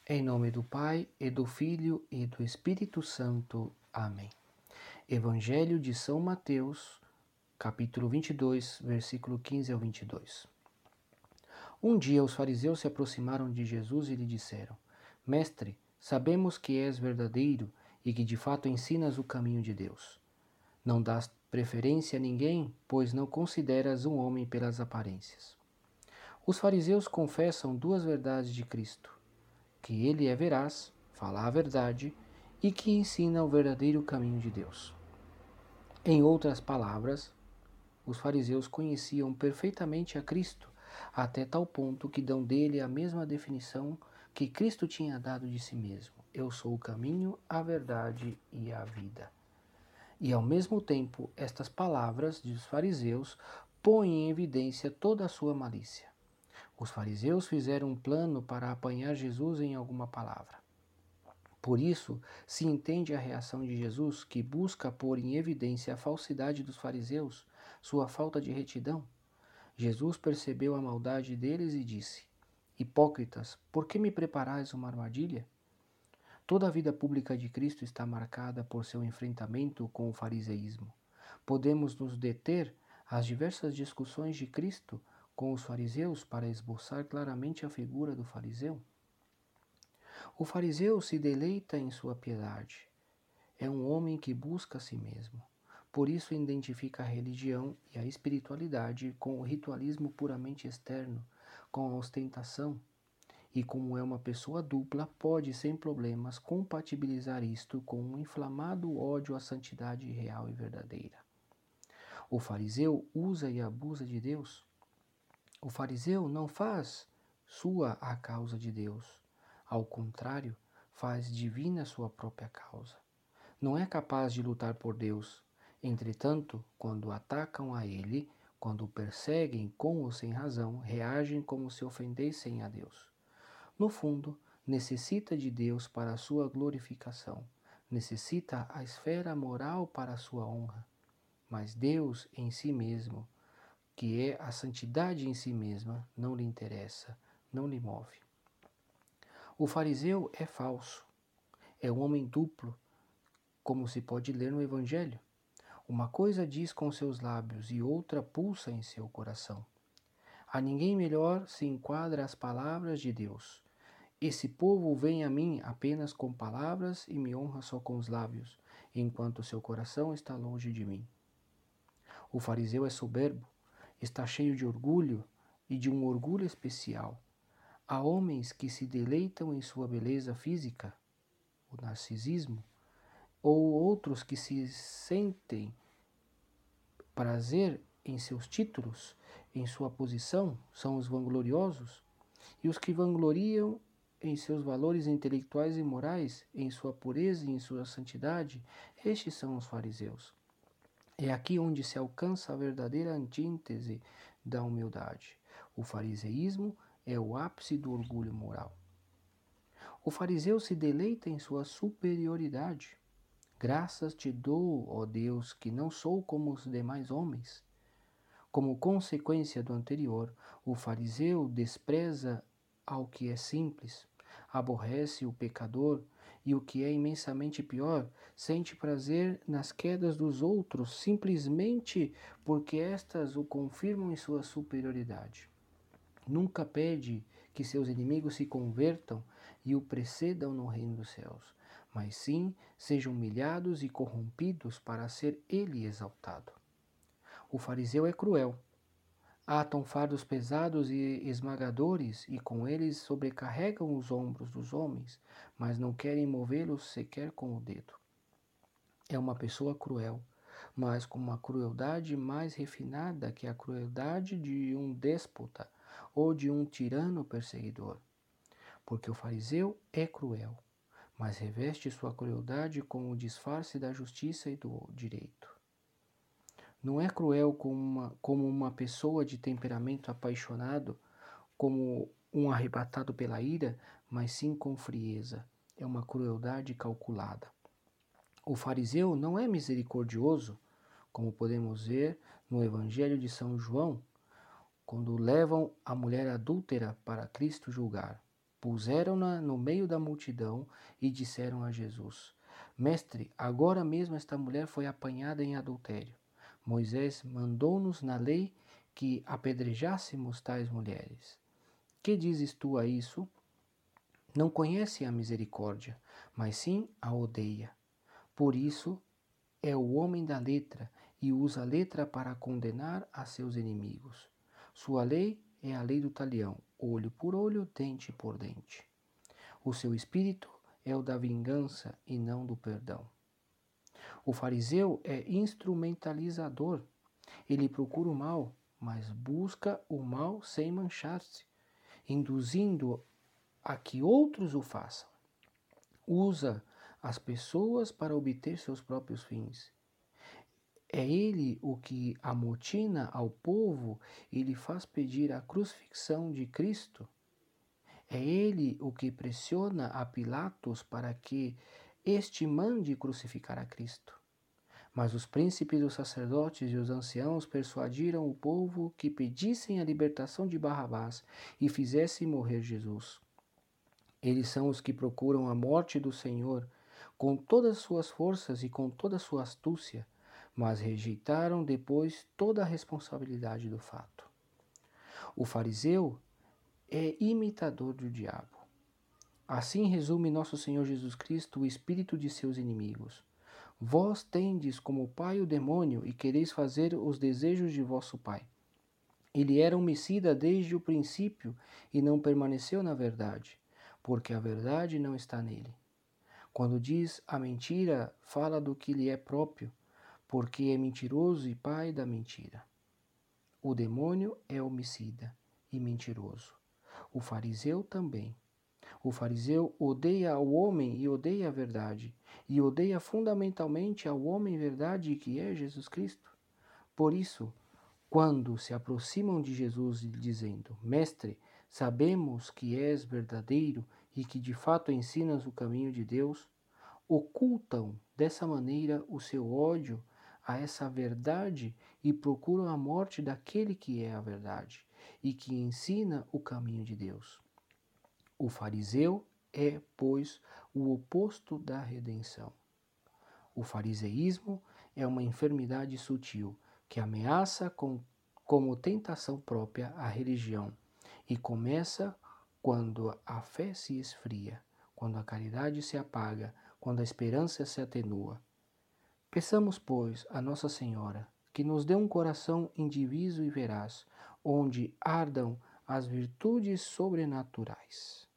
Em nome do Pai, e do Filho, e do Espírito Santo. Amém. Evangelho de São Mateus, capítulo 22, versículo 15 ao 22. Um dia os fariseus se aproximaram de Jesus e lhe disseram: Mestre, sabemos que és verdadeiro e que de fato ensinas o caminho de Deus. Não dás preferência a ninguém, pois não consideras um homem pelas aparências. Os fariseus confessam duas verdades de Cristo: que ele é veraz, fala a verdade e que ensina o verdadeiro caminho de Deus. Em outras palavras, os fariseus conheciam perfeitamente a Cristo, até tal ponto que dão dele a mesma definição que Cristo tinha dado de si mesmo: Eu sou o caminho, a verdade e a vida. E ao mesmo tempo, estas palavras dos fariseus põem em evidência toda a sua malícia. Os fariseus fizeram um plano para apanhar Jesus em alguma palavra. Por isso, se entende a reação de Jesus, que busca pôr em evidência a falsidade dos fariseus, sua falta de retidão. Jesus percebeu a maldade deles e disse: Hipócritas, por que me preparais uma armadilha? Toda a vida pública de Cristo está marcada por seu enfrentamento com o fariseísmo. Podemos nos deter às diversas discussões de Cristo com os fariseus para esboçar claramente a figura do fariseu. O fariseu se deleita em sua piedade. É um homem que busca a si mesmo. Por isso identifica a religião e a espiritualidade com o ritualismo puramente externo, com a ostentação. E como é uma pessoa dupla, pode sem problemas compatibilizar isto com um inflamado ódio à santidade real e verdadeira. O fariseu usa e abusa de Deus. O fariseu não faz sua a causa de Deus. Ao contrário, faz divina sua própria causa. Não é capaz de lutar por Deus. Entretanto, quando atacam a ele, quando o perseguem com ou sem razão, reagem como se ofendessem a Deus. No fundo, necessita de Deus para a sua glorificação, necessita a esfera moral para a sua honra. Mas Deus em si mesmo, que é a santidade em si mesma, não lhe interessa, não lhe move. O fariseu é falso, é um homem duplo, como se pode ler no Evangelho. Uma coisa diz com seus lábios e outra pulsa em seu coração. A ninguém melhor se enquadra as palavras de Deus. Esse povo vem a mim apenas com palavras e me honra só com os lábios, enquanto seu coração está longe de mim. O fariseu é soberbo, está cheio de orgulho e de um orgulho especial. Há homens que se deleitam em sua beleza física, o narcisismo, ou outros que se sentem prazer em seus títulos, em sua posição, são os vangloriosos, e os que vangloriam em seus valores intelectuais e morais, em sua pureza e em sua santidade, estes são os fariseus. É aqui onde se alcança a verdadeira antítese da humildade. O fariseísmo é o ápice do orgulho moral. O fariseu se deleita em sua superioridade. Graças te dou, ó Deus, que não sou como os demais homens. Como consequência do anterior, o fariseu despreza ao que é simples, aborrece o pecador e, o que é imensamente pior, sente prazer nas quedas dos outros simplesmente porque estas o confirmam em sua superioridade. Nunca pede que seus inimigos se convertam e o precedam no reino dos céus, mas sim sejam humilhados e corrompidos para ser ele exaltado. O fariseu é cruel. Atam fardos pesados e esmagadores e com eles sobrecarregam os ombros dos homens, mas não querem movê-los sequer com o dedo. É uma pessoa cruel, mas com uma crueldade mais refinada que a crueldade de um déspota ou de um tirano perseguidor. Porque o fariseu é cruel, mas reveste sua crueldade com o disfarce da justiça e do direito. Não é cruel como uma pessoa de temperamento apaixonado, como um arrebatado pela ira, mas sim com frieza. É uma crueldade calculada. O fariseu não é misericordioso, como podemos ver no Evangelho de São João, quando levam a mulher adúltera para Cristo julgar. Puseram-na no meio da multidão e disseram a Jesus: Mestre, agora mesmo esta mulher foi apanhada em adultério. Moisés mandou-nos na lei que apedrejássemos tais mulheres. Que dizes tu a isso? Não conhece a misericórdia, mas sim a odeia. Por isso é o homem da letra e usa a letra para condenar a seus inimigos. Sua lei é a lei do talião, olho por olho, dente por dente. O seu espírito é o da vingança e não do perdão. O fariseu é instrumentalizador. Ele procura o mal, mas busca o mal sem manchar-se, induzindo a que outros o façam. Usa as pessoas para obter seus próprios fins. É ele o que amotina ao povo e lhe faz pedir a crucifixão de Cristo. É ele o que pressiona a Pilatos para que este mande crucificar a Cristo. Mas os príncipes, os sacerdotes e os anciãos persuadiram o povo que pedissem a libertação de Barrabás e fizessem morrer Jesus. Eles são os que procuram a morte do Senhor com todas as suas forças e com toda a sua astúcia, mas rejeitaram depois toda a responsabilidade do fato. O fariseu é imitador do diabo. Assim resume nosso Senhor Jesus Cristo o espírito de seus inimigos. Vós tendes como pai o demônio e quereis fazer os desejos de vosso pai. Ele era homicida desde o princípio e não permaneceu na verdade, porque a verdade não está nele. Quando diz a mentira, fala do que lhe é próprio, porque é mentiroso e pai da mentira. O demônio é homicida e mentiroso. O fariseu também. O fariseu odeia ao homem e odeia a verdade, e odeia fundamentalmente ao homem verdade que é Jesus Cristo. Por isso, quando se aproximam de Jesus dizendo: Mestre, sabemos que és verdadeiro e que de fato ensinas o caminho de Deus, ocultam dessa maneira o seu ódio a essa verdade e procuram a morte daquele que é a verdade e que ensina o caminho de Deus. O fariseu é, pois, o oposto da redenção. O fariseísmo é uma enfermidade sutil que ameaça como tentação própria a religião e começa quando a fé se esfria, quando a caridade se apaga, quando a esperança se atenua. Peçamos, pois, a Nossa Senhora que nos dê um coração indiviso e veraz, onde ardam as virtudes sobrenaturais.